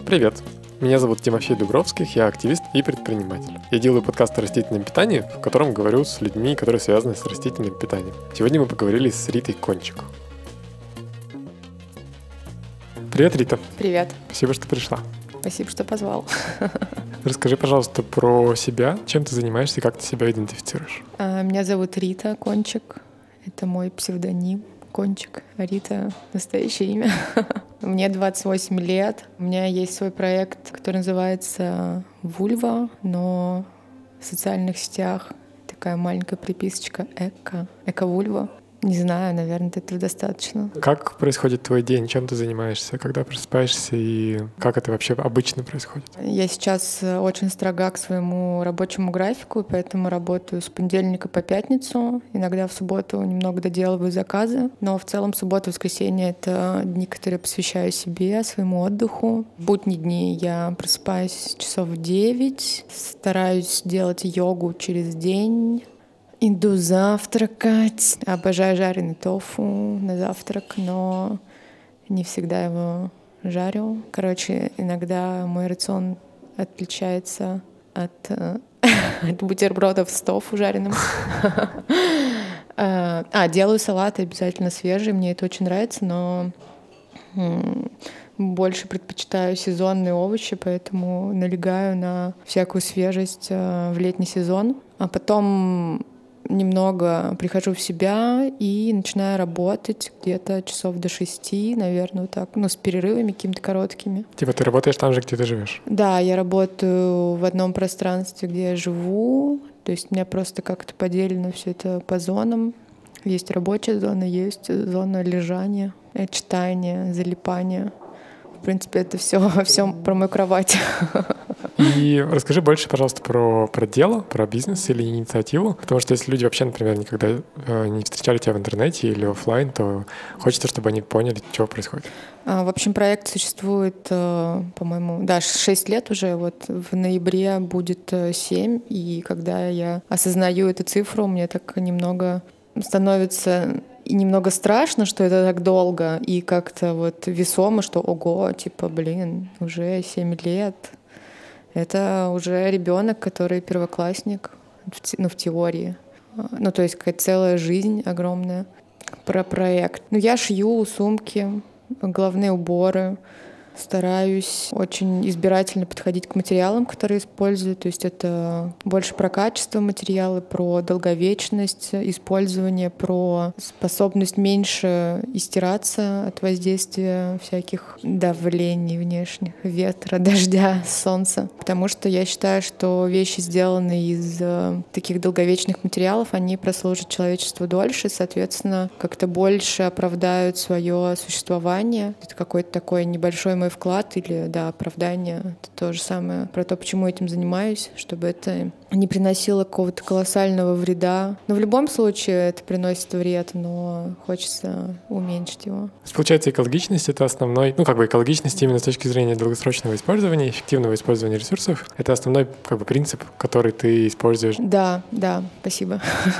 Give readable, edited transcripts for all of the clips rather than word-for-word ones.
Привет! Меня зовут Тимофей Дубровских, я активист и предприниматель. Я делаю подкаст о растительном питании, в котором говорю с людьми, которые связаны с растительным питанием. Сегодня мы поговорили с Ритой Кончик. Привет, Рита. Привет. Спасибо, что пришла. Спасибо, что позвал. Расскажи, пожалуйста, про себя. Чем ты занимаешься и как ты себя идентифицируешь? Меня зовут Рита Кончик. Это мой псевдоним. Кончик. Рита — настоящее имя. Мне 28 лет. У меня есть свой проект, который называется «Вульва», но в социальных сетях такая маленькая приписочка «Эко-вульва». Не знаю, наверное, этого достаточно. Как происходит твой день? Чем ты занимаешься? Когда просыпаешься и как это вообще обычно происходит? Я сейчас очень строга к своему рабочему графику, поэтому работаю с понедельника по пятницу. Иногда в субботу немного доделываю заказы. Но в целом суббота и воскресенье — это дни, которые я посвящаю себе, своему отдыху. В будние дни я просыпаюсь часов в 9, стараюсь делать йогу через день. Иду завтракать. Обожаю жареный тофу на завтрак, но не всегда его жарю. Короче, иногда мой рацион отличается от бутербродов с тофу жареным. Делаю салаты обязательно свежие, мне это очень нравится, но больше предпочитаю сезонные овощи, поэтому налегаю на всякую свежесть в летний сезон. А потом немного прихожу в себя и начинаю работать где-то часов до 6, наверное, вот так, с перерывами какими-то короткими. Типа ты работаешь там же, где ты живешь? Да, я работаю в одном пространстве, где я живу, то есть у меня просто как-то поделено все это по зонам. Есть рабочая зона, есть зона лежания, читания, залипания. В принципе, это все во всем про мою кровать. И расскажи больше, пожалуйста, про дело, про бизнес или инициативу, потому что если люди вообще, например, никогда не встречали тебя в интернете или офлайн, то хочется, чтобы они поняли, что происходит. В общем, проект существует, по-моему, 6 лет уже. Вот в ноябре будет 7, и когда я осознаю эту цифру, мне так немного становится и немного страшно, что это так долго, и как-то вот весомо, что ого, уже 7 лет. Это уже ребенок, который первоклассник, в теории. То есть какая-то целая жизнь огромная. Про проект. Я шью сумки, головные уборы. Стараюсь очень избирательно подходить к материалам, которые использую. То есть это больше про качество материала, про долговечность использования, про способность меньше истираться от воздействия всяких давлений внешних, ветра, дождя, солнца. Потому что я считаю, что вещи, сделанные из таких долговечных материалов, они прослужат человечеству дольше, соответственно, как-то больше оправдают свое существование. Это какой-то такой небольшой мой вклад или, оправдание. Это то же самое про то, почему этим занимаюсь, чтобы это не приносило какого-то колоссального вреда. Но в любом случае это приносит вред, но хочется уменьшить его. Получается, экологичность — это основной, экологичность именно с точки зрения долгосрочного использования, эффективного использования ресурсов. Это основной принцип, который ты используешь. Да, спасибо.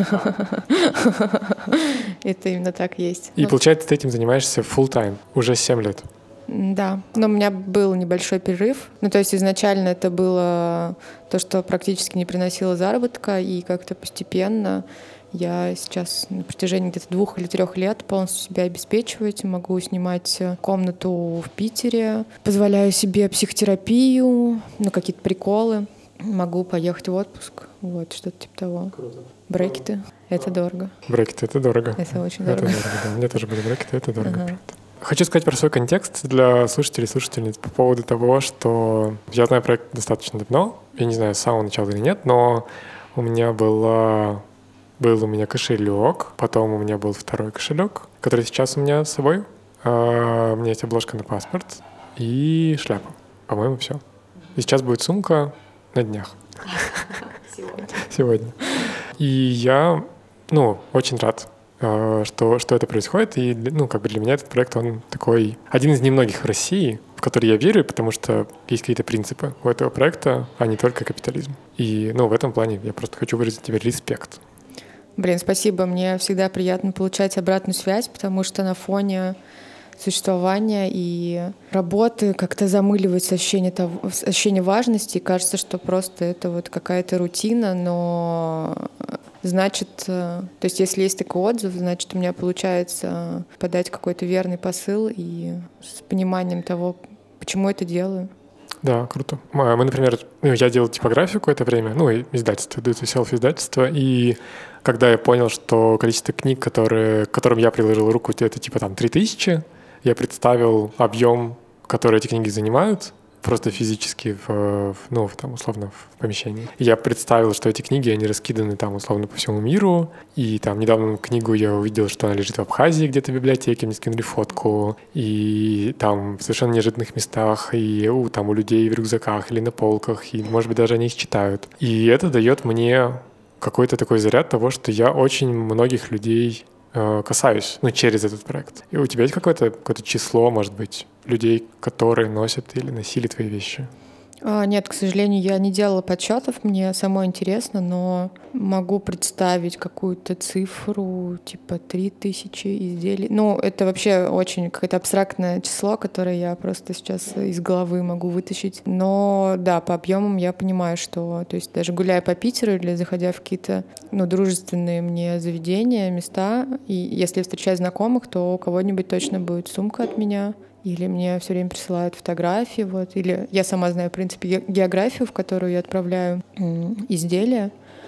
Это именно так есть. И получается, ты этим занимаешься full-time уже 7 лет. Да, но у меня был небольшой перерыв. То есть изначально это было то, что практически не приносило заработка, и как-то постепенно я сейчас на протяжении где-то 2 или 3 лет полностью себя обеспечиваю. Могу снимать комнату в Питере, позволяю себе психотерапию, какие-то приколы. Могу поехать в отпуск, что-то типа того. Круто. Брекеты — это дорого. Брекеты — это дорого. Это очень дорого. Это дорого, да. У меня тоже были брекеты, это дорого, правда. Хочу сказать про свой контекст для слушателей и слушательниц по поводу того, что я знаю проект достаточно давно. Я не знаю, с самого начала или нет, но у меня был у меня кошелек, потом у меня был второй кошелек, который сейчас у меня с собой. У меня есть обложка на паспорт и шляпа. По-моему, все. И сейчас будет сумка на днях. Сегодня. И я, очень рад, что это происходит. И, для меня этот проект, он такой один из немногих в России, в который я верю, потому что есть какие-то принципы у этого проекта, а не только капитализм. И, в этом плане я просто хочу выразить тебе респект. Спасибо. Мне всегда приятно получать обратную связь, потому что на фоне существования и работы как-то замыливается ощущение важности, и кажется, что просто это вот какая-то рутина, но значит, то есть если есть такой отзыв, значит, у меня получается подать какой-то верный посыл и с пониманием того, почему это делаю. Да, круто. Мы, например, я делал типографию какое-то время, и издательство, do-it-yourself издательство, и когда я понял, что количество книг, к которым я приложил руку, это типа там 3000, я представил объем, который эти книги занимают, просто физически там, условно, в помещении. И я представил, что эти книги, они раскиданы там, условно, по всему миру. И там недавно книгу я увидел, что она лежит в Абхазии где-то в библиотеке, мне скинули фотку. И там в совершенно неожиданных местах, и там у людей в рюкзаках или на полках, и, может быть, даже они их читают. И это дает мне какой-то такой заряд того, что я очень многих людей касаюсь, через этот проект. И у тебя есть какое-то число, может быть, людей, которые носят или носили твои вещи? Нет, к сожалению, я не делала подсчетов, мне самой интересно, но могу представить какую-то цифру, типа 3000 изделий. Это вообще очень какое-то абстрактное число, которое я просто сейчас из головы могу вытащить. Но да, по объемам я понимаю, что, то есть даже гуляя по Питеру или заходя в какие-то дружественные мне заведения, места, и если встречаю знакомых, то у кого-нибудь точно будет сумка от меня. Или мне все время присылают фотографии, или я сама знаю, в принципе, географию, в которую я отправляю изделия.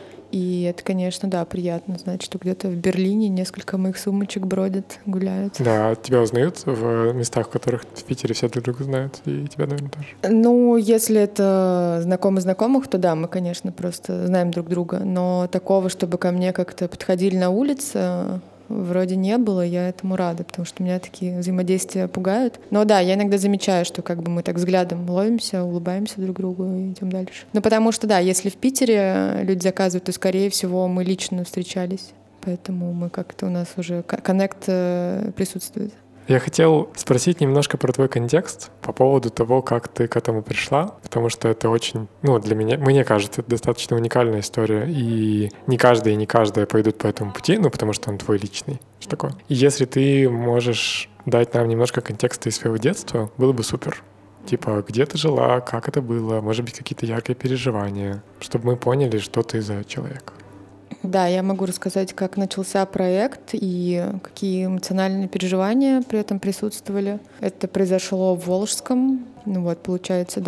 И это, конечно, да, приятно знать, что где-то в Берлине несколько моих сумочек бродят, гуляют. Да, тебя узнают в местах, в которых в Питере все друг друга знают, и тебя, наверное, тоже. Если это знакомые знакомых, то да, мы, конечно, просто знаем друг друга. Но такого, чтобы ко мне как-то подходили на улице, вроде не было, я этому рада, потому что меня такие взаимодействия пугают. Но да, я иногда замечаю, что мы так взглядом ловимся, улыбаемся друг другу и идем дальше. Потому что да, если в Питере люди заказывают, то, скорее всего, мы лично встречались. Поэтому мы у нас уже коннект присутствует. Я хотел спросить немножко про твой контекст по поводу того, как ты к этому пришла, потому что это очень, для меня, мне кажется, это достаточно уникальная история, и не каждый и не каждая пойдут по этому пути, потому что он твой личный. Что такое? И если ты можешь дать нам немножко контекста из своего детства, было бы супер. Типа, где ты жила, как это было, может быть, какие-то яркие переживания, чтобы мы поняли, что ты за человек. Да, я могу рассказать, как начался проект и какие эмоциональные переживания при этом присутствовали. Это произошло в Волжском, получается,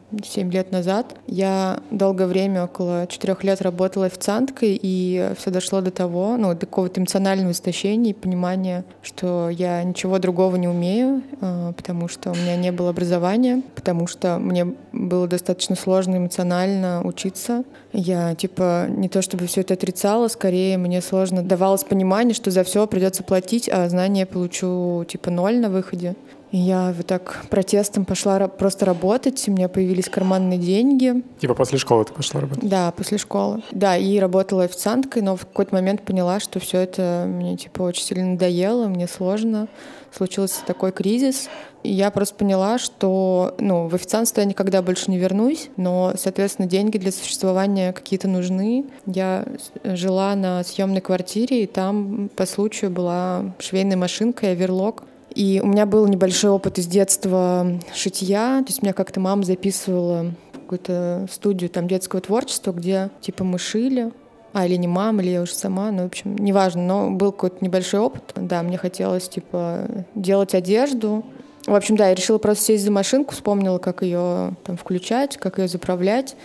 7 лет назад. Я долгое время, около 4 лет, работала официанткой, и все дошло до того, до какого-то эмоционального истощения и понимания, что я ничего другого не умею, потому что у меня не было образования, потому что мне было достаточно сложно эмоционально учиться. Я, не то чтобы все это отрицала, скорее мне сложно давалось понимание, что за все придется платить, а знания получу 0 на выходе. И я вот так протестом пошла просто работать, у меня появились карманные деньги. После школы ты пошла работать? Да, после школы. Да, и работала официанткой, но в какой-то момент поняла, что все это мне очень сильно надоело, мне сложно. Случился такой кризис, и я просто поняла, что в официанство я никогда больше не вернусь, но, соответственно, деньги для существования какие-то нужны. Я жила на съемной квартире, и там по случаю была швейная машинка и оверлок. И у меня был небольшой опыт из детства шитья, то есть меня как-то мама записывала в какую-то студию детского творчества, где мы шили. Или не мама, или я уже сама, в общем, неважно, но был какой-то небольшой опыт. Да, мне хотелось, делать одежду. В общем, да, я решила просто сесть за машинку, вспомнила, как ее включать, как ее заправлять.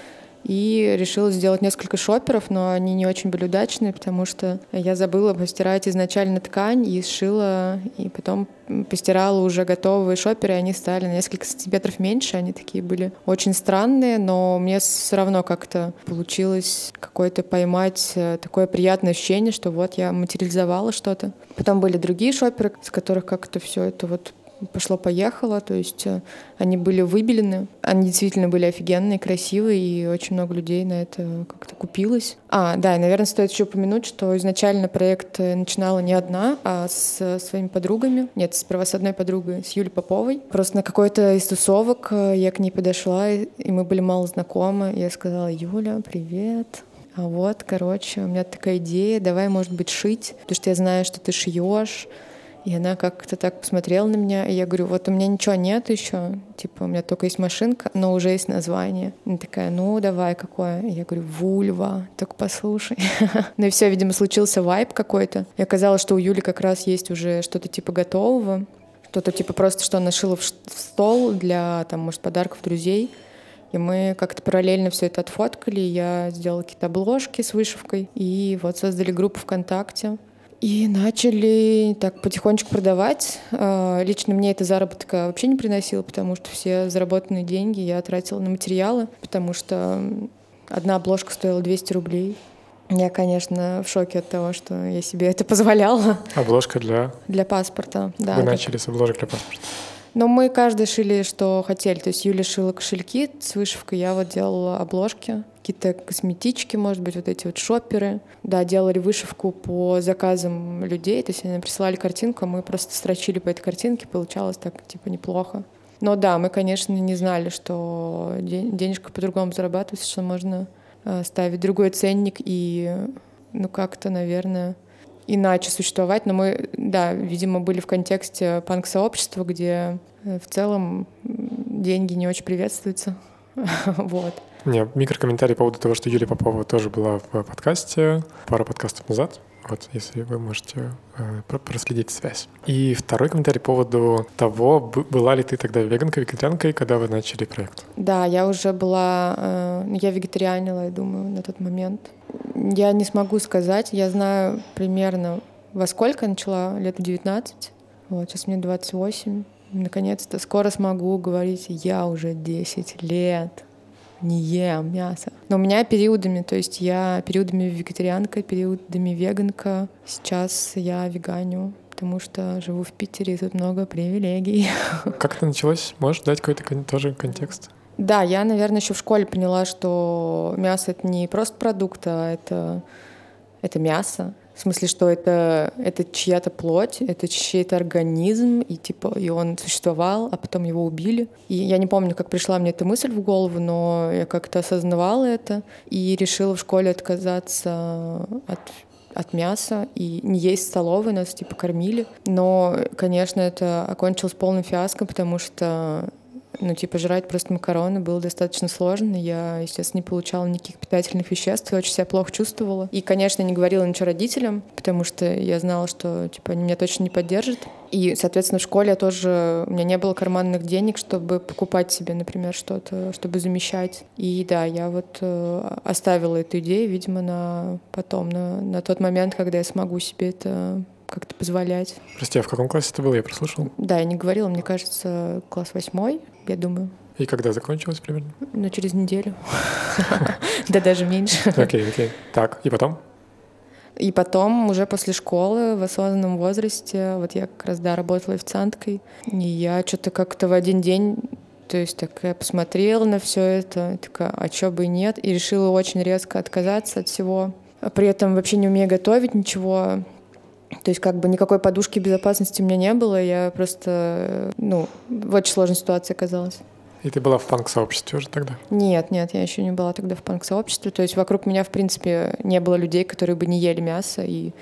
И решила сделать несколько шоперов, но они не очень были удачные, потому что я забыла постирать изначально ткань и сшила, и потом постирала уже готовые шоперы, и они стали на несколько сантиметров меньше, они такие были очень странные, но мне все равно как-то получилось какое-то поймать такое приятное ощущение, что я материализовала что-то. Потом были другие шоперы, с которых как-то все это пошло-поехало, то есть они были выбелены, они действительно были офигенные, красивые, и очень много людей на это как-то купилось. Да, и, наверное, стоит еще упомянуть, что изначально проект начинала не одна, а с своими подругами. Нет, сперва с одной подругой, с Юлей Поповой. Просто на какой-то из тусовок я к ней подошла, и мы были мало знакомы. Я сказала: «Юля, привет. У меня такая идея, давай, может быть, шить, потому что я знаю, что ты шьешь». И она как-то так посмотрела на меня, и я говорю, вот у меня ничего нет еще, типа у меня только есть машинка, но уже есть название. Она такая, ну давай, какое? И я говорю, вульва, только послушай. Ну и все, видимо, случился вайб какой-то. И оказалось, что у Юли как раз есть уже что-то типа готового, что-то типа просто, что она шила в стол для, там, может, подарков друзей. И мы как-то параллельно все это отфоткали, я сделала какие-то обложки с вышивкой, и вот создали группу ВКонтакте. И начали так потихонечку продавать. Лично мне это заработка вообще не приносило, потому что все заработанные деньги я тратила на материалы, потому что одна обложка стоила 200 рублей. Я, конечно, в шоке от того, что я себе это позволяла. Обложка для? Для паспорта, да. Вы начали с обложек для паспорта? Но мы каждый шили, что хотели. То есть Юля шила кошельки с вышивкой, я вот делала обложки, какие-то косметички, может быть, вот эти вот шопперы. Да, делали вышивку по заказам людей. То есть они присылали картинку, а мы просто строчили по этой картинке, получалось так, типа, неплохо. Но да, мы, конечно, не знали, что денежка по-другому зарабатывается, что можно ставить другой ценник и, ну, как-то, наверное, иначе существовать, но мы, да, видимо, были в контексте панк-сообщества, где в целом деньги не очень приветствуются. Вот. Нет, микрокомментарий по поводу того, что Юлия Попова тоже была в подкасте пару подкастов назад. Вот, если вы можете проследить связь. И второй комментарий по поводу того, была ли ты тогда веганкой, вегетарианкой, когда вы начали проект? Да, я уже была, я вегетарианила, я думаю, на тот момент. Я не смогу сказать, я знаю примерно, во сколько я начала, лет в 19. Вот, сейчас мне 28. Наконец-то скоро смогу говорить, я уже 10 лет не ем мясо. Но у меня периодами, то есть я периодами вегетарианка, периодами веганка. Сейчас я веганю, потому что живу в Питере, и тут много привилегий. Как это началось? Можешь дать какой-то тоже контекст? Да, я, наверное, еще в школе поняла, что мясо — это не просто продукт, а это мясо. В смысле, что это чья-то плоть, это чей-то организм, и он существовал, а потом его убили. И я не помню, как пришла мне эта мысль в голову, но я как-то осознавала это и решила в школе отказаться от мяса и не есть в столовой, нас кормили. Но, конечно, это окончилось полным фиаско, потому что жрать просто макароны было достаточно сложно. Я, естественно, не получала никаких питательных веществ, я очень себя плохо чувствовала. И, конечно, не говорила ничего родителям, потому что я знала, что, они меня точно не поддержат. И, соответственно, в школе у меня не было карманных денег, чтобы покупать себе, например, что-то, чтобы замещать. И да, я вот оставила эту идею, видимо, на тот момент, когда я смогу себе это как-то позволять. Прости, а в каком классе это было? Я прослушал. Да, я не говорила, мне кажется, класс 8, я думаю. И когда закончилось примерно? Через неделю. Да даже меньше. Окей. Так, и потом? И потом, уже после школы, в осознанном возрасте, вот я как раз, работала официанткой, и я что-то как-то в один день, то есть такая посмотрела на все это, такая, а чё бы и нет, и решила очень резко отказаться от всего. При этом вообще не умея готовить ничего. То есть никакой подушки безопасности у меня не было, я просто, в очень сложной ситуации оказалась. И ты была в панк-сообществе уже тогда? Нет, я еще не была тогда в панк-сообществе. То есть вокруг меня, в принципе, не было людей, которые бы не ели мясо и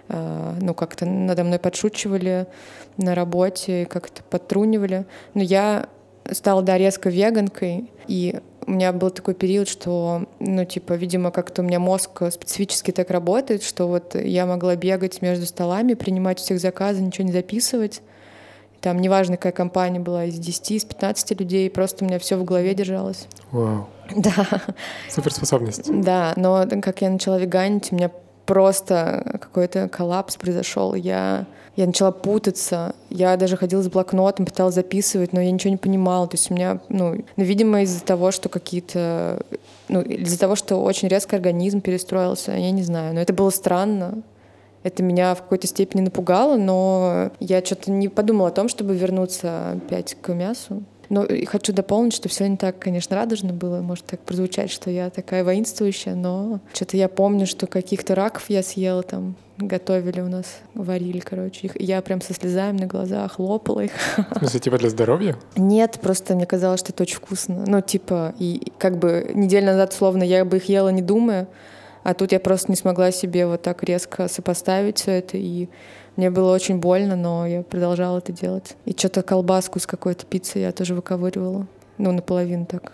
как-то надо мной подшучивали на работе, как-то подтрунивали. Но я стала, резко веганкой, и у меня был такой период, что, видимо, как-то у меня мозг специфически так работает, что вот я могла бегать между столами, принимать у всех заказы, ничего не записывать. Там неважно, какая компания была, из 10, из 15 людей, просто у меня все в голове держалось. Вау. Да. Суперспособность. Да, но как я начала веганить, у меня просто какой-то коллапс произошел. Я начала путаться. Я даже ходила с блокнотом, пыталась записывать, но я ничего не понимала. То есть у меня, видимо, из-за того, что из-за того, что очень резко организм перестроился, я не знаю. Но это было странно. Это меня в какой-то степени напугало, но я что-то не подумала о том, чтобы вернуться опять к мясу. Но хочу дополнить, что все не так, конечно, радужно было. Может так прозвучать, что я такая воинствующая, но что-то я помню, что каких-то раков я съела там, готовили у нас, варили, их. Я прям со слезами на глазах лопала их. В смысле, для здоровья? Нет, просто мне казалось, что это очень вкусно. И неделю назад, словно, я бы их ела, не думая, А тут я просто не смогла себе вот так резко сопоставить все это, и мне было очень больно, но я продолжала это делать. И что-то колбаску с какой-то пиццей я тоже выковыривала. Ну, наполовину так.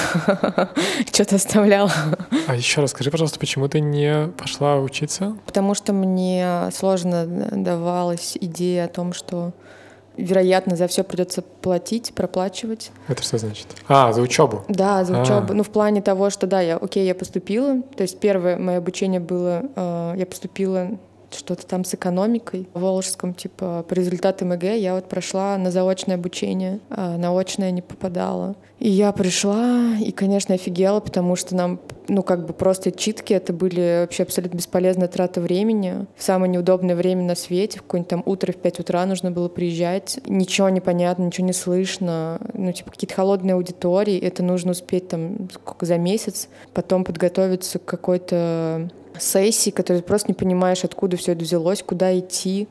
Что-то оставляла. А еще расскажи, пожалуйста, почему ты не пошла учиться? Потому что мне сложно давалась идея о том, что, вероятно, за все придется платить, проплачивать. Это что значит? За учебу? Да, за учебу. Ну, в плане того, что да, я поступила. То есть первое мое обучение было, я поступила что-то там с экономикой в Волжском, типа, по результатам ЕГЭ я вот прошла на заочное обучение, а на очное не попадала. И я пришла, и, конечно, офигела, потому что нам, ну, как бы просто читки, это были вообще абсолютно бесполезная трата времени. В самое неудобное время на свете, в какое-нибудь там утро, в 5 утра нужно было приезжать. Ничего не понятно, ничего не слышно. Ну, типа, какие-то холодные аудитории, это нужно успеть там сколько, за месяц, потом подготовиться к какой-то сессии, которые ты просто не понимаешь, откуда все это взялось, куда идти.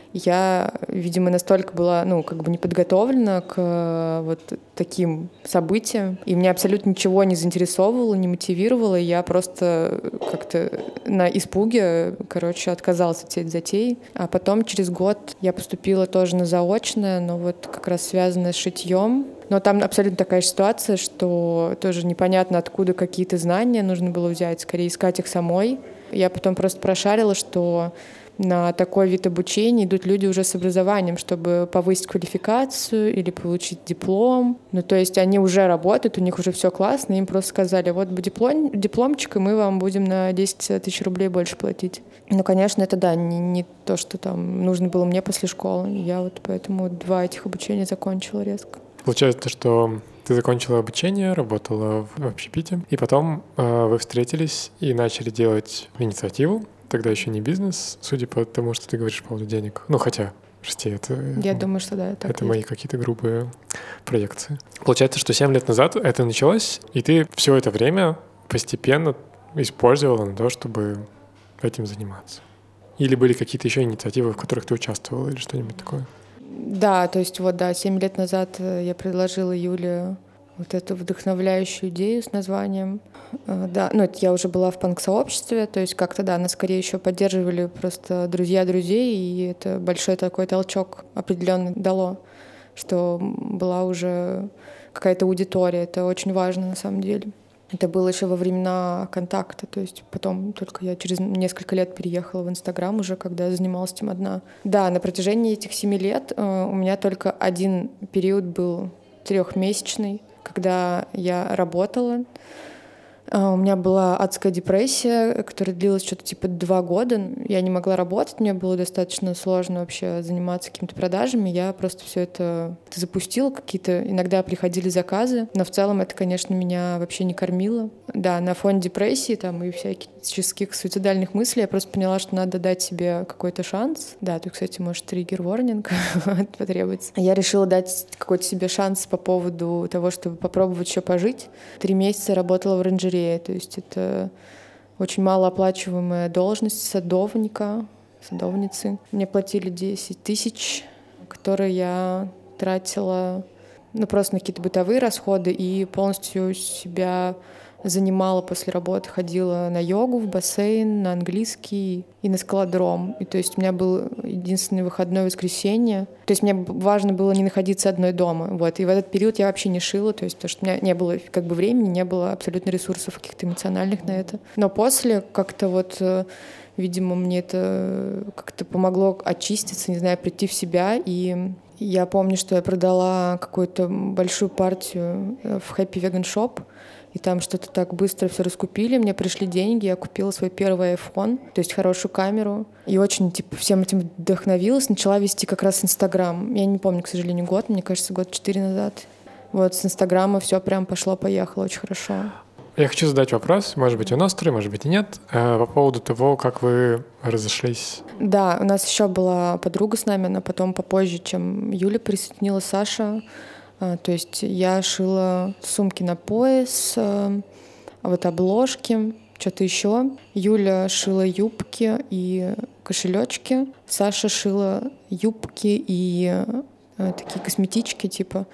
Я, видимо, настолько была, ну, как бы не подготовлена к вот таким событиям, и меня абсолютно ничего не заинтересовывало, не мотивировало, и я просто как-то на испуге, короче, отказалась от всей затеи. А потом через год я поступила тоже на заочное, но вот как раз связанное с шитьем. Но там абсолютно такая же ситуация, что тоже непонятно, откуда какие-то знания нужно было взять, скорее искать их самой. Я потом просто прошарила, что на такой вид обучения идут люди уже с образованием, чтобы повысить квалификацию или получить диплом. Ну, то есть они уже работают, у них уже все классно, им просто сказали, вот дипломчик, и мы вам будем на 10 тысяч рублей больше платить. Ну, конечно, это да, не то, что там нужно было мне после школы. Я вот поэтому 2 этих обучения закончила резко. Получается, что ты закончила обучение, работала в общепите, и потом вы встретились и начали делать инициативу. Тогда еще не бизнес, судя по тому, что ты говоришь по поводу денег. Ну, хотя, прости, это... Я думаю, что да, так это мои какие-то грубые проекции. Получается, что 7 лет назад это началось, и ты все это время постепенно использовала на то, чтобы этим заниматься. Или были какие-то еще инициативы, в которых ты участвовала, или что-нибудь такое? Да, то есть вот, да, 7 лет назад я предложила Юле вот эту вдохновляющую идею с названием. Да, ну это я уже была в панк-сообществе, то есть как-то, да, нас скорее еще поддерживали просто друзья друзей, и это большой такой толчок определенный дало, что была уже какая-то аудитория, это очень важно на самом деле. Это было еще во времена контакта, то есть потом только я через несколько лет переехала в Инстаграм уже, когда занималась этим одна. Да, на протяжении этих 7 лет у меня только один период был 3-месячный, когда я работала. У меня была адская депрессия, которая длилась что-то типа 2 года. Я не могла работать, мне было достаточно сложно вообще заниматься какими-то продажами. Я просто все это запустила, какие-то иногда приходили заказы, но в целом это, конечно, меня вообще не кормило. Да, на фоне депрессии там и всяких суицидальных мыслей я просто поняла, что надо дать себе какой-то шанс. Да, тут, кстати, может, триггер-ворнинг потребуется. Я решила дать какой-то себе шанс по поводу того, чтобы попробовать еще пожить. 3 месяца работала в оранжерее. То есть это очень малооплачиваемая должность садовницы. Мне платили 10 тысяч, которые я тратила просто на какие-то бытовые расходы и полностью себя занимала после работы, ходила на йогу, в бассейн, на английский и на скалодром. И то есть у меня был единственный выходной воскресенье. То есть мне важно было не находиться одной дома. Вот. И в этот период я вообще не шила, то есть потому что у меня не было как бы времени, не было абсолютно ресурсов каких-то эмоциональных на это. Но после как-то вот, видимо, мне это как-то помогло очиститься, не знаю, прийти в себя. И я помню, что я продала какую-то большую партию в Happy Vegan Shop, и там что-то так быстро все раскупили, мне пришли деньги, я купила свой первый iPhone, то есть хорошую камеру, и очень всем этим вдохновилась, начала вести как раз Инстаграм. Я не помню, к сожалению, год, мне кажется, 4 года назад. Вот с Инстаграма все прям пошло-поехало очень хорошо. Я хочу задать вопрос, может быть, он острый, может быть, и нет, по поводу того, как вы разошлись. Да, у нас еще была подруга с нами, она потом попозже, чем Юля, присоединилась, Саша. То есть я шила сумки на пояс, вот обложки, что-то еще. Юля шила юбки и кошелечки. Саша шила юбки и такие косметички типа.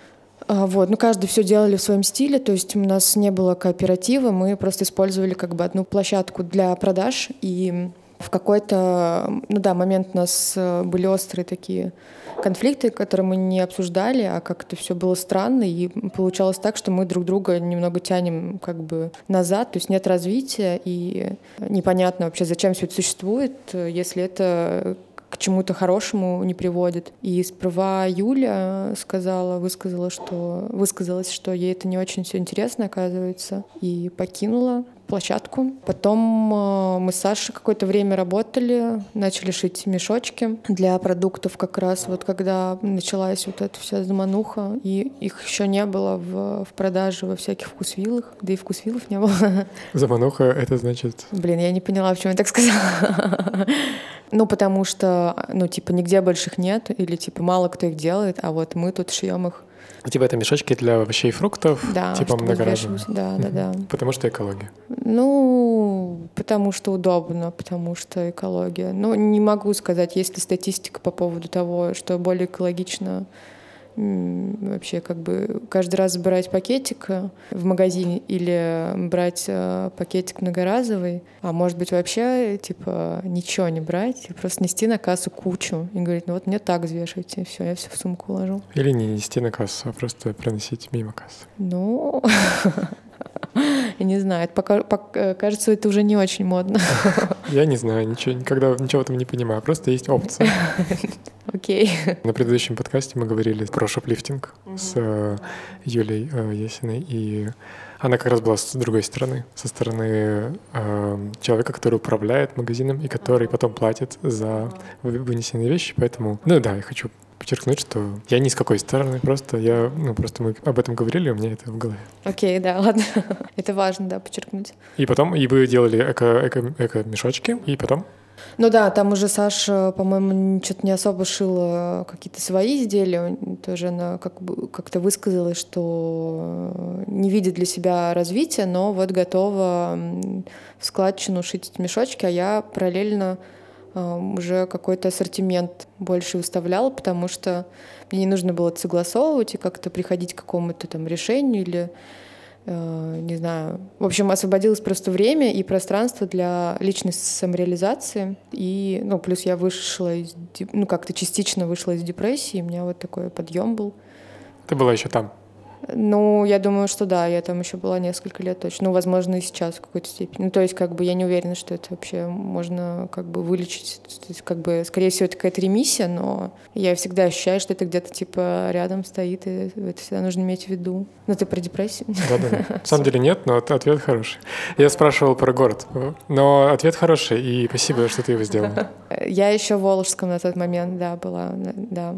Вот, ну, каждый все делали в своем стиле, то есть у нас не было кооператива, мы просто использовали как бы одну площадку для продаж, и в какой-то, ну да, момент у нас были острые такие конфликты, которые мы не обсуждали, а как-то все было странно, и получалось так, что мы друг друга немного тянем как бы назад, то есть нет развития, и непонятно вообще, зачем все это существует, если это к чему-то хорошему не приводит. И сперва Юля высказалась, что ей это не очень все интересно, оказывается, и покинула площадку. Потом мы с Сашей какое-то время работали, начали шить мешочки для продуктов как раз вот когда началась вот эта вся замануха, и их еще не было в продаже во всяких вкусвиллах, да и вкусвиллов не было. Замануха — это значит... Блин, я не поняла, почему я так сказала. Ну, потому что, ну, типа, нигде больше их нет, или, типа, мало кто их делает, а вот мы тут шьем их. Типа это мешочки для овощей и фруктов, Да, типа чтобы многоразовые. Да. Потому что экология. Ну, потому что удобно, потому что экология. Ну, не могу сказать, есть ли статистика по поводу того, что более экологично вообще как бы каждый раз брать пакетик в магазине или брать пакетик многоразовый, а может быть вообще типа ничего не брать и просто нести на кассу кучу и говорить, ну вот мне так взвешивайте, все, я все в сумку ложу. Или не нести на кассу, а просто проносить мимо кассы. Ну, я не знаю, кажется, это уже не очень модно. Я не знаю, никогда ничего в этом не понимаю, просто есть опция. Окей. На предыдущем подкасте мы говорили про шоплифтинг с Юлей Есиной, и она как раз была с другой стороны, со стороны человека, который управляет магазином и который потом платит за вынесенные вещи, поэтому, ну да, я хочу подчеркнуть, что я ни с какой стороны, просто мы об этом говорили, у меня это в голове. Окей, да, ладно. Это важно, да, подчеркнуть. И вы делали эко-мешочки, и потом? Ну да, там уже Саша, по-моему, что-то не особо шила какие-то свои изделия. Тоже она как-то высказалась, что не видит для себя развития, но вот готова в складчину шить эти мешочки, а я параллельно уже какой-то ассортимент больше выставляла, потому что мне не нужно было это согласовывать и как-то приходить к какому-то там решению или не знаю. В общем, освободилось просто время и пространство для личной самореализации. И, ну, плюс я как-то частично вышла из депрессии, у меня вот такой подъем был. Ты была еще там? Ну, я думаю, что да, я там еще была несколько лет точно. Ну, возможно, и сейчас в какой-то степени. Ну, то есть, как бы, я не уверена, что это вообще можно, как бы, вылечить. То есть, как бы, скорее всего, это какая-то ремиссия, но я всегда ощущаю, что это где-то, типа, рядом стоит, и это всегда нужно иметь в виду. Ну, ты про депрессию? Да. На самом деле нет, но ответ хороший. Я спрашивал про город, но ответ хороший, и спасибо, что ты его сделала. Я еще в Волжском на тот момент, да, была, да.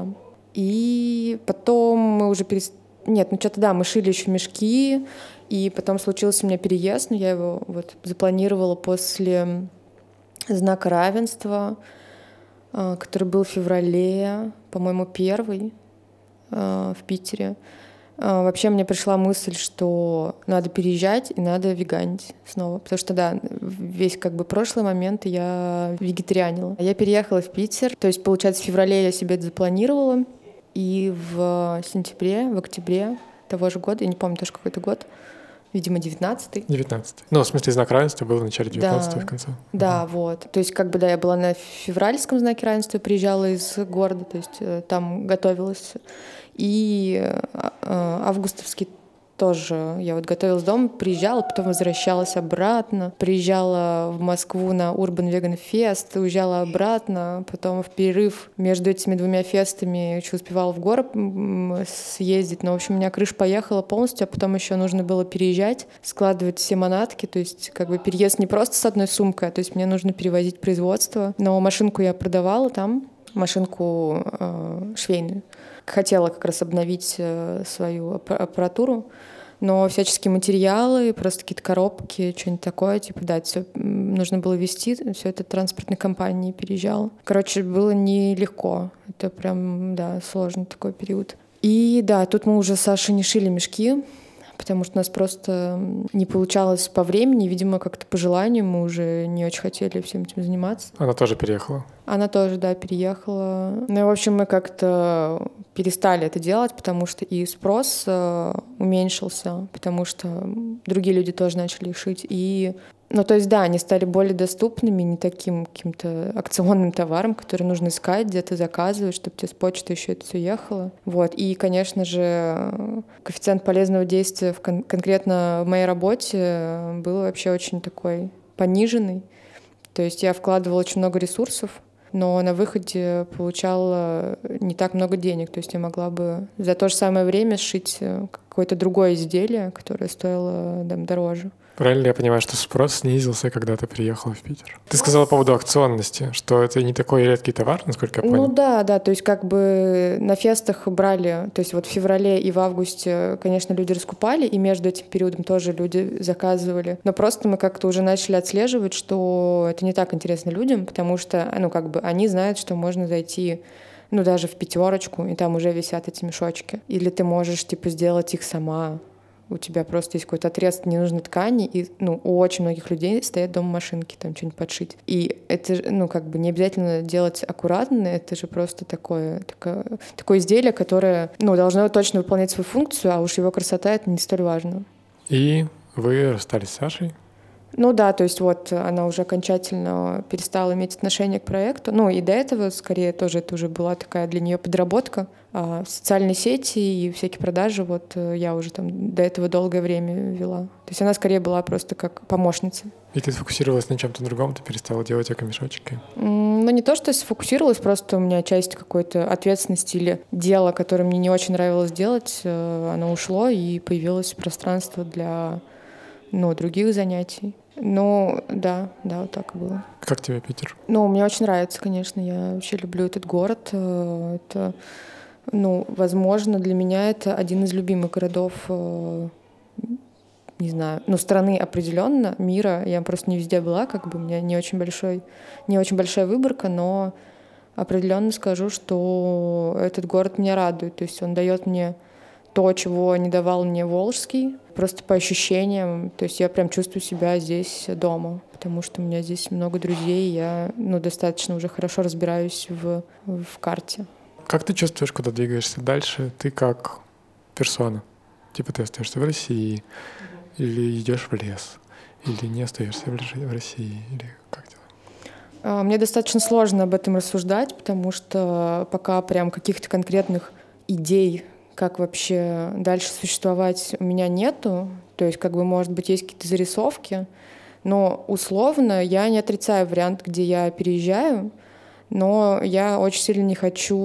И потом мы уже Нет, ну что-то да, мы шили еще мешки, и потом случился у меня переезд, но я его вот запланировала после знака равенства, который был в феврале, по-моему, первый в Питере. Вообще мне пришла мысль, что надо переезжать и надо веганить снова, потому что, да, весь как бы прошлый момент я вегетарианила. Я переехала в Питер, то есть, получается, в феврале я себе это запланировала, и в октябре того же года, я не помню тоже какой-то год, видимо, 19-й. 19-й. Ну, в смысле, знак равенства был в начале 19-го, в конце. Да, вот. То есть, как бы, да, я была на февральском знаке равенства, приезжала из города, то есть там готовилась. И августовский тоже. Я вот готовилась дома, приезжала, потом возвращалась обратно. Приезжала в Москву на Urban Vegan Fest, уезжала обратно. Потом в перерыв между этими двумя фестами еще успевала в город съездить. Но, в общем, у меня крыша поехала полностью, а потом еще нужно было переезжать, складывать все манатки. То есть как бы переезд не просто с одной сумкой, а то есть мне нужно перевозить производство. Но машинку я продавала там, машинку швейную. Хотела как раз обновить свою аппаратуру, но всяческие материалы, просто какие-то коробки, что-нибудь такое, типа, да, это все нужно было везти, все это транспортной компании переезжало. Короче, было нелегко. Это прям, да, сложный такой период. И да, тут мы уже с Сашей не шили мешки, потому что у нас просто не получалось по времени, видимо, как-то по желанию мы уже не очень хотели всем этим заниматься. Она тоже переехала? Она тоже, да, переехала. Ну и, в общем, мы как-то перестали это делать, потому что и спрос уменьшился, потому что другие люди тоже начали их шить. И, ну, то есть, да, они стали более доступными, не таким каким-то акционным товаром, который нужно искать, где-то заказывать, чтобы тебе с почты еще это все ехало. Вот. И, конечно же, коэффициент полезного действия конкретно в моей работе был вообще очень такой пониженный. То есть я вкладывала очень много ресурсов, но на выходе получала не так много денег. То есть я могла бы за то же самое время сшить какое-то другое изделие, которое стоило дороже. Правильно я понимаю, что спрос снизился, когда ты приехала в Питер? Ты сказала по поводу акционности, что это не такой редкий товар, насколько я понял. Ну да, то есть как бы на фестах брали, то есть вот в феврале и в августе, конечно, люди раскупали, и между этим периодом тоже люди заказывали. Но просто мы как-то уже начали отслеживать, что это не так интересно людям, потому что, ну как бы они знают, что можно зайти даже в пятерочку, и там уже висят эти мешочки. Или ты можешь, типа, сделать их сама. У тебя просто есть какой-то отрез ненужной ткани, и, у очень многих людей стоят дома машинки, там что-нибудь подшить. И это, как бы не обязательно делать аккуратно, это же просто такое изделие, которое, должно точно выполнять свою функцию, а уж его красота — это не столь важно. И вы расстались с Сашей? Ну да, то есть вот она уже окончательно перестала иметь отношение к проекту. Ну и до этого, скорее, тоже это уже была такая для нее подработка. А социальные сети и всякие продажи вот я уже там до этого долгое время вела. То есть она скорее была просто как помощница. И ты сфокусировалась на чем-то другом, ты перестала делать эко-мешочки? Ну не то, что я сфокусировалась, просто у меня часть какой-то ответственности или дела, которое мне не очень нравилось делать, оно ушло, и появилось пространство для других занятий. Ну, да, вот так и было. Как тебе Питер? Мне очень нравится, конечно. Я вообще люблю этот город. Это, возможно, для меня это один из любимых городов, не знаю, страны определенно, мира. Я просто не везде была, как бы у меня не очень большая выборка, но определенно скажу, что этот город меня радует. То есть он дает мне то, чего не давал мне Волжский, просто по ощущениям. То есть я прям чувствую себя здесь дома, потому что у меня здесь много друзей, и я достаточно уже хорошо разбираюсь в карте. Как ты чувствуешь, когда двигаешься дальше? Ты как персона? Типа ты остаешься в России, или идешь в лес, или не остаешься в России, или как дела? Мне достаточно сложно об этом рассуждать, потому что пока прям каких-то конкретных идей, как вообще дальше существовать, у меня нету. То есть, как бы, может быть, есть какие-то зарисовки, но условно я не отрицаю вариант, где я переезжаю, но я очень сильно не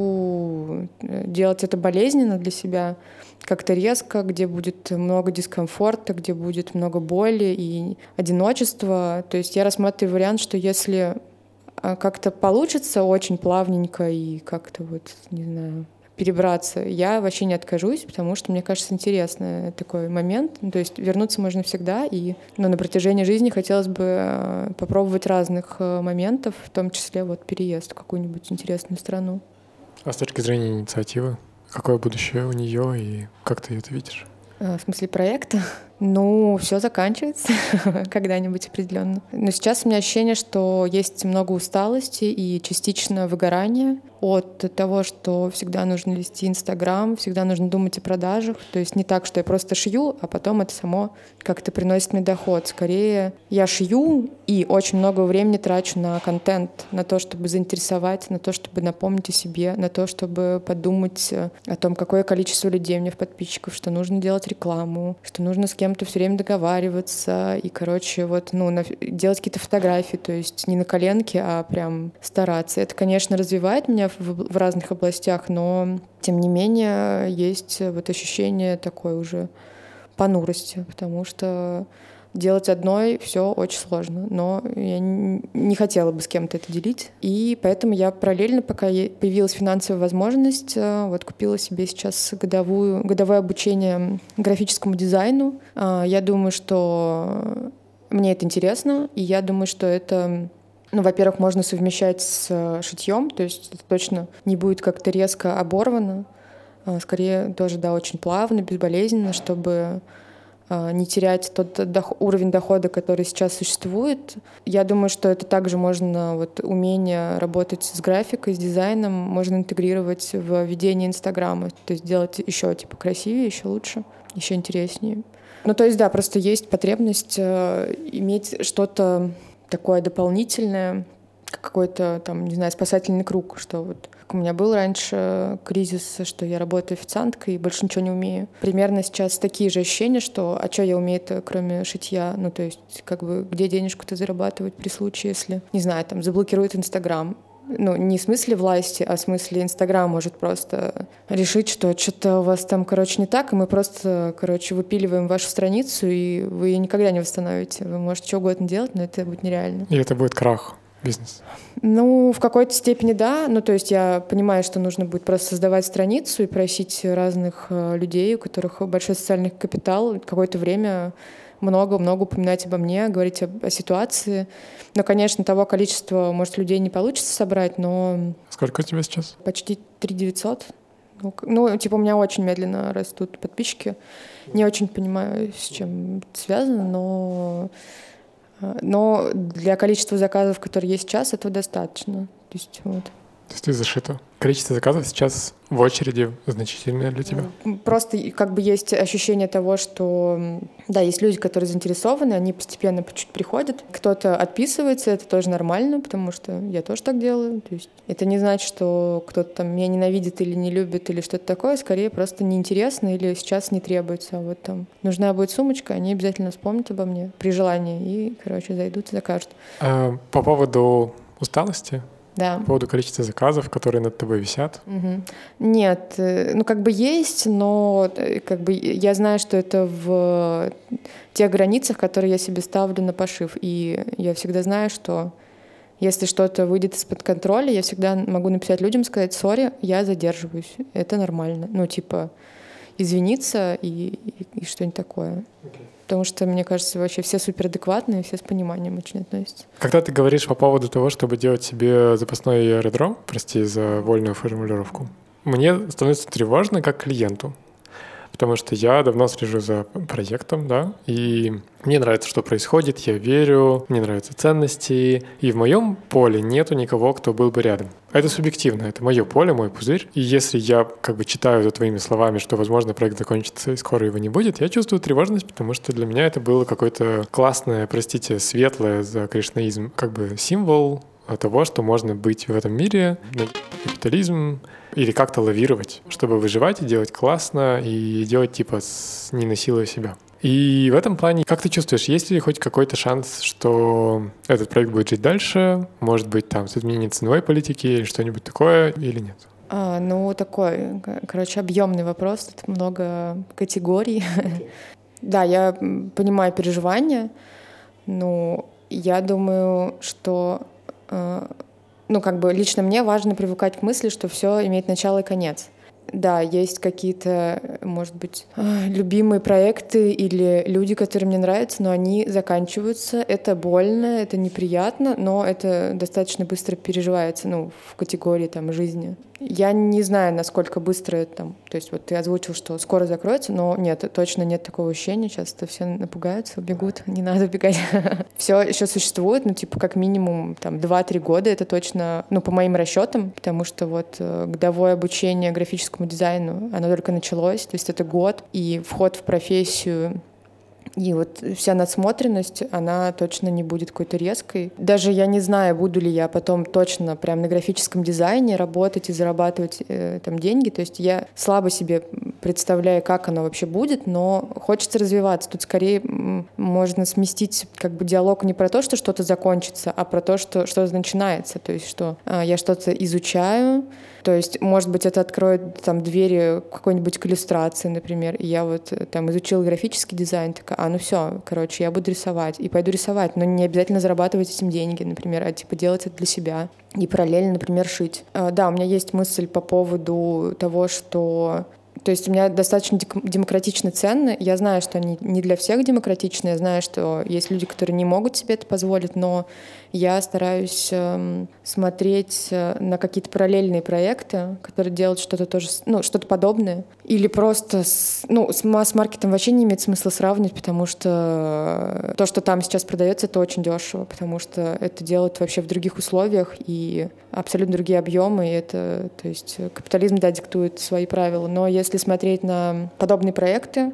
хочу делать это болезненно для себя, как-то резко, где будет много дискомфорта, где будет много боли и одиночества. То есть я рассматриваю вариант, что если как-то получится очень плавненько и как-то не знаю, перебраться, я вообще не откажусь, потому что, мне кажется, интересный такой момент. То есть вернуться можно всегда, и на протяжении жизни хотелось бы попробовать разных моментов, в том числе переезд в какую-нибудь интересную страну. А с точки зрения инициативы, какое будущее у нее и как ты это видишь? В смысле проекта? Все заканчивается когда-нибудь определенно. Но сейчас у меня ощущение, что есть много усталости и частично выгорание от того, что всегда нужно вести Инстаграм, всегда нужно думать о продажах. То есть не так, что я просто шью, а потом это само как-то приносит мне доход. Скорее, я шью и очень много времени трачу на контент, на то, чтобы заинтересовать, на то, чтобы напомнить о себе, на то, чтобы подумать о том, какое количество людей у меня в подписчиков, что нужно делать рекламу, что нужно с кем-то все время договариваться и, делать какие-то фотографии, то есть не на коленке, а прям стараться. Это, конечно, развивает меня в разных областях, но, тем не менее, есть ощущение такой уже понурости, потому что делать одной все очень сложно, но я не хотела бы с кем-то это делить. И поэтому я параллельно, пока появилась финансовая возможность, купила себе сейчас годовое обучение графическому дизайну. Я думаю, что мне это интересно, и я думаю, что это, во-первых, можно совмещать с шитьем, то есть это точно не будет как-то резко оборвано, скорее тоже, очень плавно, безболезненно, чтобы не терять тот уровень дохода, который сейчас существует. Я думаю, что это также можно, вот умение работать с графикой, с дизайном, можно интегрировать в ведение Инстаграма, то есть делать еще типа красивее, еще лучше, еще интереснее. Ну, то есть, да, просто есть потребность иметь что-то такое дополнительное, какой-то там, не знаю, спасательный круг, что вот у меня был раньше кризис, что я работаю официанткой и больше ничего не умею. Примерно сейчас такие же ощущения, что а что я умею-то, кроме шитья? Ну, то есть, как бы, где денежку-то зарабатывать при случае, если, не знаю, там, заблокируют Инстаграм. Ну, не в смысле власти, а в смысле Инстаграм может просто решить, что что-то у вас там, короче, не так, и мы просто, короче, выпиливаем вашу страницу, и вы ее никогда не восстановите. Вы можете что угодно делать, но это будет нереально. И это будет крах бизнеса? Ну, в какой-то степени да. Ну, то есть я понимаю, что нужно будет просто создавать страницу и просить разных людей, у которых большой социальный капитал, какое-то время много-много упоминать обо мне, говорить о ситуации. Но, конечно, того количества, может, людей не получится собрать, но... Сколько у тебя сейчас? Почти 3900. Ну, типа, у меня очень медленно растут подписчики. Не очень понимаю, с чем это связано, но для количества заказов, которые есть сейчас, этого достаточно. То есть, вот. То есть ты зашита. Количество заказов сейчас в очереди значительное для тебя? Просто как бы есть ощущение того, что да, есть люди, которые заинтересованы, они постепенно по чуть приходят. Кто-то отписывается, это тоже нормально, потому что я тоже так делаю. То есть это не значит, что кто-то там меня ненавидит или не любит или что-то такое, скорее просто неинтересно или сейчас не требуется. А вот там нужна будет сумочка, они обязательно вспомнят обо мне при желании и, короче, зайдут и закажут. По поводу усталости? Да. По поводу количества заказов, которые над тобой висят? Угу. Нет, ну как бы есть, но как бы я знаю, что это в тех границах, которые я себе ставлю на пошив. И я всегда знаю, что если что-то выйдет из-под контроля, я всегда могу написать людям, сказать: сори, я задерживаюсь. Это нормально. Ну типа извиниться и что-нибудь такое. Okay. Потому что, мне кажется, вообще все суперадекватные, все с пониманием очень относятся. Когда ты говоришь по поводу того, чтобы делать себе запасной аэродром, прости за вольную формулировку, мне становится тревожно как клиенту. Потому что я давно слежу за проектом, да, и мне нравится, что происходит, я верю, мне нравятся ценности, и в моем поле нету никого, кто был бы рядом. Это субъективно, это мое поле, мой пузырь, и если я как бы читаю за твоими словами, что, возможно, проект закончится и скоро его не будет, я чувствую тревожность, потому что для меня это было какое-то классное, простите, светлое за кришнаизм, как бы символ того, что можно быть в этом мире, капитализм, или как-то лавировать, чтобы выживать и делать классно, и делать типа не насилуя себя. И в этом плане, как ты чувствуешь, есть ли хоть какой-то шанс, что этот проект будет жить дальше, может быть, там, с изменением ценовой политики или что-нибудь такое, или нет? Ну, такой, короче, объемный вопрос, тут много категорий. Да, я понимаю переживания, но я думаю, что ну, как бы лично мне важно привыкать к мысли, что все имеет начало и конец. Да, есть какие-то, может быть, любимые проекты или люди, которые мне нравятся, но они заканчиваются. Это больно, это неприятно, но это достаточно быстро переживается, ну, в категории там жизни. Я не знаю, насколько быстро там, то есть вот ты озвучил, что скоро закроется, но нет, точно нет такого ощущения. Сейчас-то все напугаются, убегут, не надо убегать. Все еще существует, ну, типа, как минимум там 2-3 года, это точно, ну, по моим расчетам, потому что вот годовое обучение графическому дизайну, оно только началось, то есть это год, и вход в профессию и вот вся надсмотренность, она точно не будет какой-то резкой. Даже я не знаю, буду ли я потом точно прям на графическом дизайне работать и зарабатывать там деньги. То есть я слабо себе представляю, как оно вообще будет, но хочется развиваться. Тут скорее можно сместить как бы диалог не про то, что что-то закончится, а про то, что что-то начинается. То есть что я что-то изучаю, то есть, может быть, это откроет там двери какой-нибудь к иллюстрации, например. И я вот там изучила графический дизайн, такая, ну все, короче, я буду рисовать. И пойду рисовать, но не обязательно зарабатывать этим деньги, например, а типа делать это для себя. И параллельно, например, шить. Да, у меня есть мысль по поводу того, что То есть у меня достаточно демократичны цены. Я знаю, что они не для всех демократичны. Я знаю, что есть люди, которые не могут себе это позволить, но я стараюсь смотреть на какие-то параллельные проекты, которые делают что-то тоже, ну, что-то подобное. Или просто с масс-маркетом вообще не имеет смысла сравнивать, потому что то, что там сейчас продается, это очень дешево, потому что это делают вообще в других условиях и абсолютно другие объемы. И это, то есть капитализм, да, диктует свои правила. Но если смотреть на подобные проекты,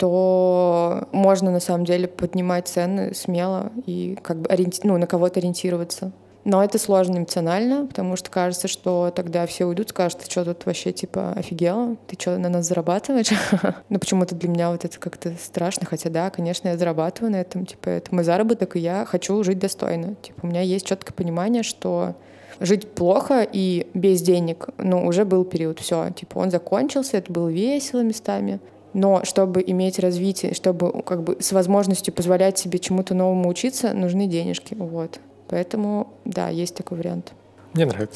то можно на самом деле поднимать цены смело и как бы на кого-то ориентироваться. Но это сложно эмоционально, потому что кажется, что тогда все уйдут, скажут: ты что тут вообще типа офигела? Ты что, на нас зарабатываешь? Но почему-то для меня вот это как-то страшно, хотя да, конечно, я зарабатываю на этом, типа это мой заработок, и я хочу жить достойно. Типа у меня есть четкое понимание, что жить плохо и без денег, уже был период, все, типа он закончился, это было весело местами. Но чтобы иметь развитие, чтобы как бы с возможностью позволять себе чему-то новому учиться, нужны денежки, вот. Поэтому, да, есть такой вариант. Мне нравится.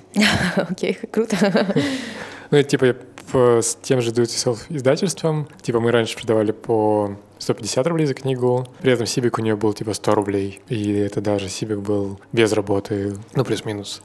Окей, круто. Ну, это типа с тем же do-it-yourself издательством. Типа мы раньше продавали по 150 рублей за книгу. При этом Сибик у нее был типа 100 рублей. И это даже Сибик был без работы, плюс-минус.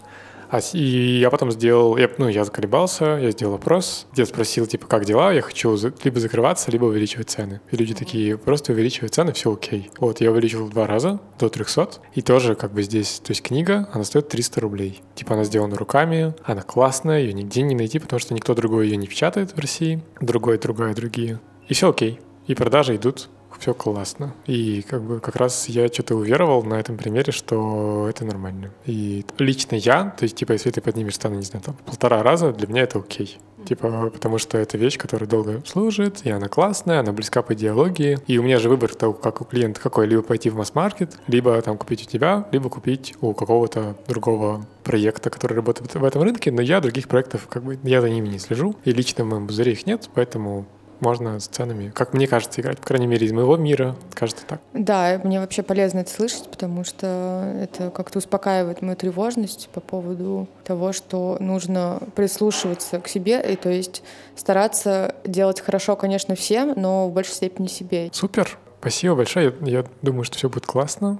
И я потом сделал, я заколебался, я сделал опрос, где спросил, типа, как дела, я хочу либо закрываться, либо увеличивать цены. И люди такие: просто увеличивай цены, все окей. Вот, я увеличил в 2 раза, до 300, и тоже как бы здесь, то есть книга, она стоит 300 рублей. Типа она сделана руками, она классная, ее нигде не найти, потому что никто другой ее не печатает в России, другие. И все окей, и продажи идут. Все классно. И как раз я что-то уверовал на этом примере, что это нормально. И лично я, то есть, типа, если ты поднимешь цены, не знаю, там, 1,5 раза, для меня это окей. Типа, потому что это вещь, которая долго служит, и она классная, она близка по идеологии. И у меня же выбор того, как у клиента какой: либо пойти в масс-маркет, либо там купить у тебя, либо купить у какого-то другого проекта, который работает в этом рынке. Но я других проектов, я за ними не слежу. И лично в моем пузыре их нет, поэтому можно с ценами, как мне кажется, играть. По крайней мере, из моего мира кажется так. Да, мне вообще полезно это слышать, потому что это как-то успокаивает мою тревожность по поводу того, что нужно прислушиваться к себе, и то есть стараться делать хорошо, конечно, всем, но в большей степени себе. Супер, спасибо большое. Я думаю, что все будет классно.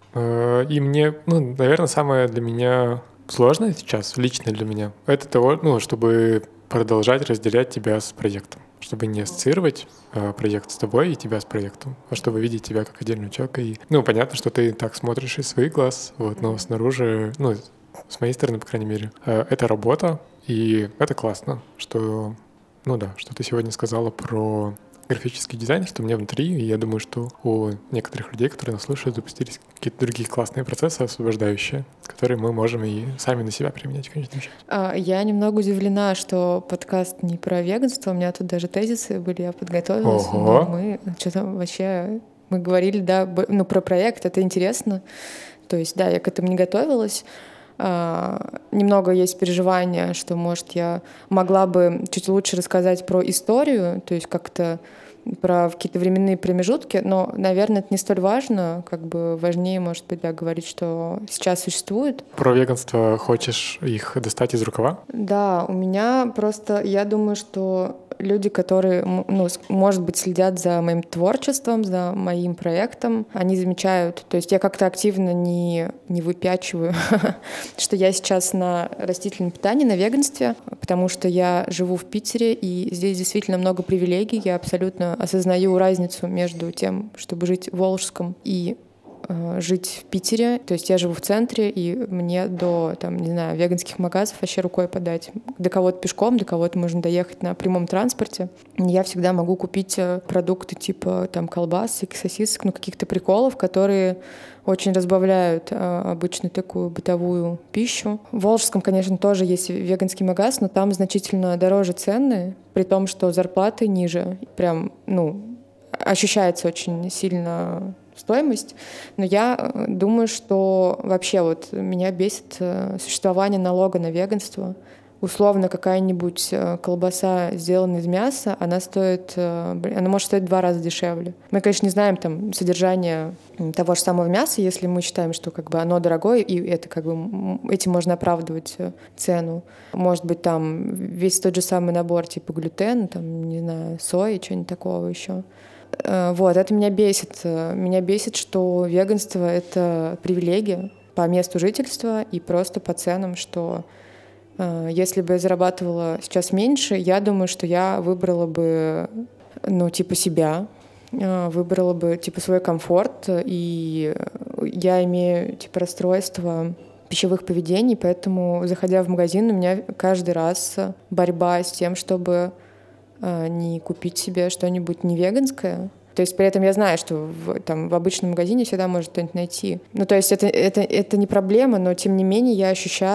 И мне, наверное, самое для меня сложное сейчас, лично для меня, это того, чтобы продолжать разделять тебя с проектом. Чтобы не ассоциировать проект с тобой и тебя с проектом, а чтобы видеть тебя как отдельного человека. И, понятно, что ты так смотришь из своих глаз, но снаружи, с моей стороны, по крайней мере, это работа, и это классно, что, что ты сегодня сказала про графический дизайн, что у меня внутри, и я думаю, что у некоторых людей, которые нас слушают, запустились какие-то другие классные процессы, освобождающие, которые мы можем и сами на себя применять в конечном счете. Я немного удивлена, что подкаст не про веганство. У меня тут даже тезисы были, я подготовилась. Ого. Мы что-то вообще... Мы говорили, да, про проект, это интересно. То есть, да, я к этому не готовилась. Немного есть переживания, что, может, я могла бы чуть лучше рассказать про историю, то есть как-то про какие-то временные промежутки, но, наверное, это не столь важно, важнее, может быть, да, говорить, что сейчас существует. Про веганство хочешь их достать из рукава? Да, у меня просто, я думаю, что люди, которые, может быть, следят за моим творчеством, за моим проектом, они замечают, то есть я как-то активно не выпячиваю, что я сейчас на растительном питании, на веганстве, потому что я живу в Питере, и здесь действительно много привилегий, я абсолютно осознаю разницу между тем, чтобы жить в Волжском и жить в Питере. То есть я живу в центре, и мне до, веганских магазов вообще рукой подать. До кого-то пешком, до кого-то можно доехать на прямом транспорте. Я всегда могу купить продукты типа колбас, сосисок, каких-то приколов, которые очень разбавляют обычно такую бытовую пищу. В Волжском, конечно, тоже есть веганский магаз, но там значительно дороже цены, при том, что зарплаты ниже. Прям, ощущается очень сильно стоимость, но я думаю, что вообще меня бесит существование налога на веганство, условно какая-нибудь колбаса, сделанная из мяса, она может стоить в 2 раза дешевле. Мы, конечно, не знаем там содержание того же самого мяса, если мы считаем, что как бы оно дорогое, и это как бы этим можно оправдывать цену. Может быть, там весь тот же самый набор типа глютена, там, не знаю, сои, что-нибудь такого еще. Вот, это меня бесит. Меня бесит, что веганство — это привилегия по месту жительства и просто по ценам, что если бы я зарабатывала сейчас меньше, я думаю, что я выбрала бы, типа себя, выбрала бы, типа, свой комфорт, и я имею, типа, расстройство пищевых поведений, поэтому, заходя в магазин, у меня каждый раз борьба с тем, чтобы не купить себе что-нибудь не веганское. То есть при этом я знаю, что в обычном магазине всегда можно что-нибудь найти. То есть это не проблема, но тем не менее я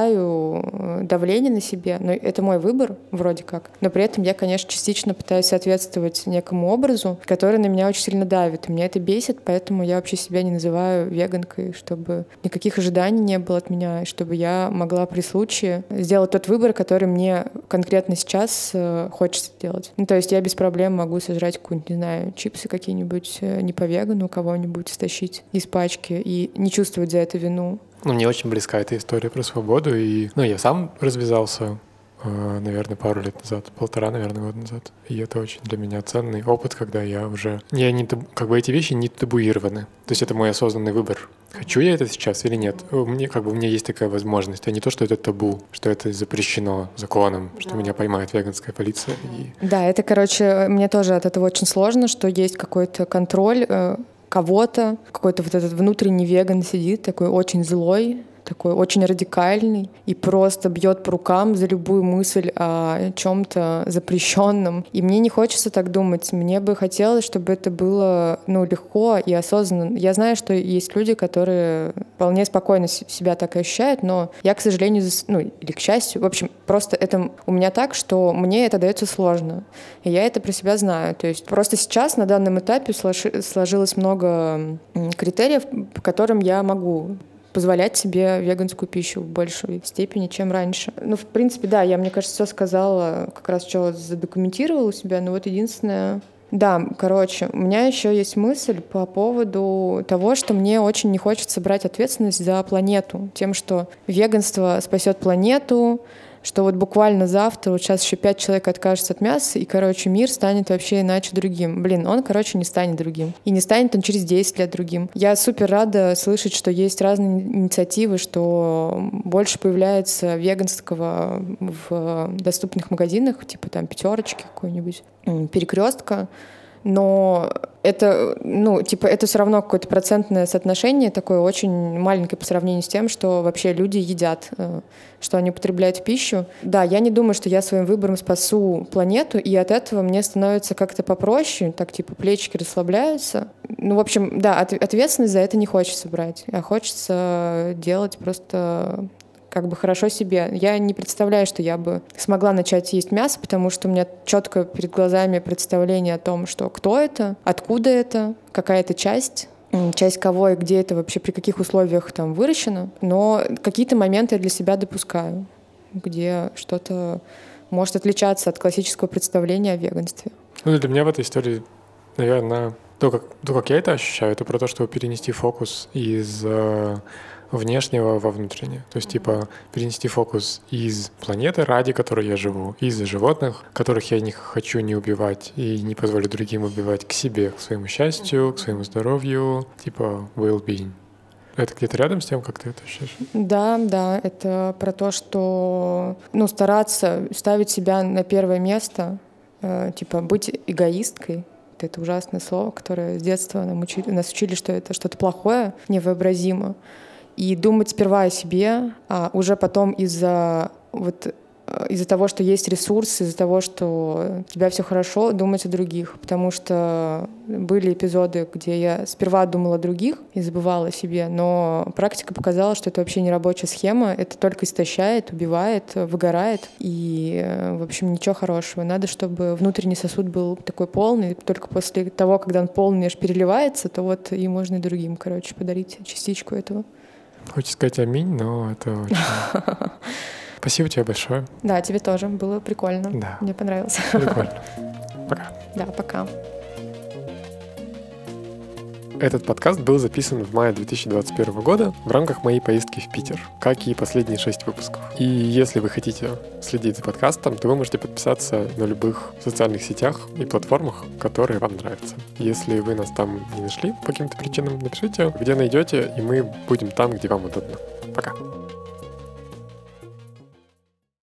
ощущаю давление на себе. Но это мой выбор вроде как. Но при этом я, конечно, частично пытаюсь соответствовать некому образу, который на меня очень сильно давит. И меня это бесит, поэтому я вообще себя не называю веганкой, чтобы никаких ожиданий не было от меня, и чтобы я могла при случае сделать тот выбор, который мне конкретно сейчас хочется делать. То есть я без проблем могу сожрать какую-нибудь, не знаю, чипсы какие-нибудь не по вегану, кого-нибудь стащить из пачки и не чувствовать за это вину. Мне очень близка эта история про свободу. И, я сам развязался, наверное, пару лет назад, 1,5, наверное, года назад. И это очень для меня ценный опыт, когда я уже... как бы эти вещи не табуированы. То есть это мой осознанный выбор. Хочу я это сейчас или нет? У меня есть такая возможность. А не то, что это табу, что это запрещено законом, что меня поймает веганская полиция. Да, это, мне тоже от этого очень сложно, что есть какой-то контроль кого-то, какой-то вот этот внутренний веган сидит, такой очень злой, такой очень радикальный и просто бьет по рукам за любую мысль о чем-то запрещенном. И мне не хочется так думать. Мне бы хотелось, чтобы это было легко и осознанно. Я знаю, что есть люди, которые вполне спокойно себя так и ощущают, но я, к сожалению, или к счастью, в общем, просто это у меня так, что мне это дается сложно. И я это про себя знаю. То есть просто сейчас на данном этапе сложилось много критериев, по которым я могу позволять себе веганскую пищу в большей степени, чем раньше. В принципе, да, мне кажется, все сказала, как раз что задокументировала у себя, но вот единственное... Да, у меня еще есть мысль по поводу того, что мне очень не хочется брать ответственность за планету, тем, что веганство спасет планету, что вот буквально завтра, вот сейчас еще 5 человек откажутся от мяса, и, мир станет вообще иначе другим. Он, не станет другим. И не станет он через 10 лет другим. Я супер рада слышать, что есть разные инициативы, что больше появляется веганского в доступных магазинах, типа там «Пятерочки» какой-нибудь, «Перекрестка». Но это, это все равно какое-то процентное соотношение, такое очень маленькое по сравнению с тем, что вообще люди едят, что они употребляют в пищу. Да, я не думаю, что я своим выбором спасу планету, и от этого мне становится как-то попроще, так плечики расслабляются. В общем, да, ответственность за это не хочется брать, а хочется делать просто... хорошо себе. Я не представляю, что я бы смогла начать есть мясо, потому что у меня четко перед глазами представление о том, что кто это, откуда это, какая это часть кого и где это вообще, при каких условиях там выращено. Но какие-то моменты я для себя допускаю, где что-то может отличаться от классического представления о веганстве. Для меня в этой истории, наверное, то, как я это ощущаю, это про то, чтобы перенести фокус из внешнего во внутреннее. То есть, перенести фокус из планеты, ради которой я живу, из животных, которых я не хочу не убивать и не позволю другим убивать, к себе, к своему счастью, к своему здоровью, well-being. Это где-то рядом с тем, как ты это ощущаешь? Да, это про то, что стараться ставить себя на первое место, быть эгоисткой. Это ужасное слово, которое с детства нас учили, что это что-то плохое, невообразимо. И думать сперва о себе, а уже потом из-за того, что есть ресурсы, из-за того, что у тебя все хорошо, думать о других. Потому что были эпизоды, где я сперва думала о других и забывала о себе, но практика показала, что это вообще не рабочая схема, это только истощает, убивает, выгорает. И, в общем, ничего хорошего. Надо, чтобы внутренний сосуд был такой полный. Только после того, когда он полный аж переливается, то вот и можно и другим, подарить частичку этого. Хочется сказать аминь, но это очень... Спасибо тебе большое. Да, тебе тоже. Было прикольно. Да. Мне понравилось. Прикольно. Пока. Да, пока. Этот подкаст был записан в мае 2021 года в рамках моей поездки в Питер, как и последние 6 выпусков. И если вы хотите следить за подкастом, то вы можете подписаться на любых социальных сетях и платформах, которые вам нравятся. Если вы нас там не нашли по каким-то причинам, напишите, где найдете, и мы будем там, где вам удобно. Пока.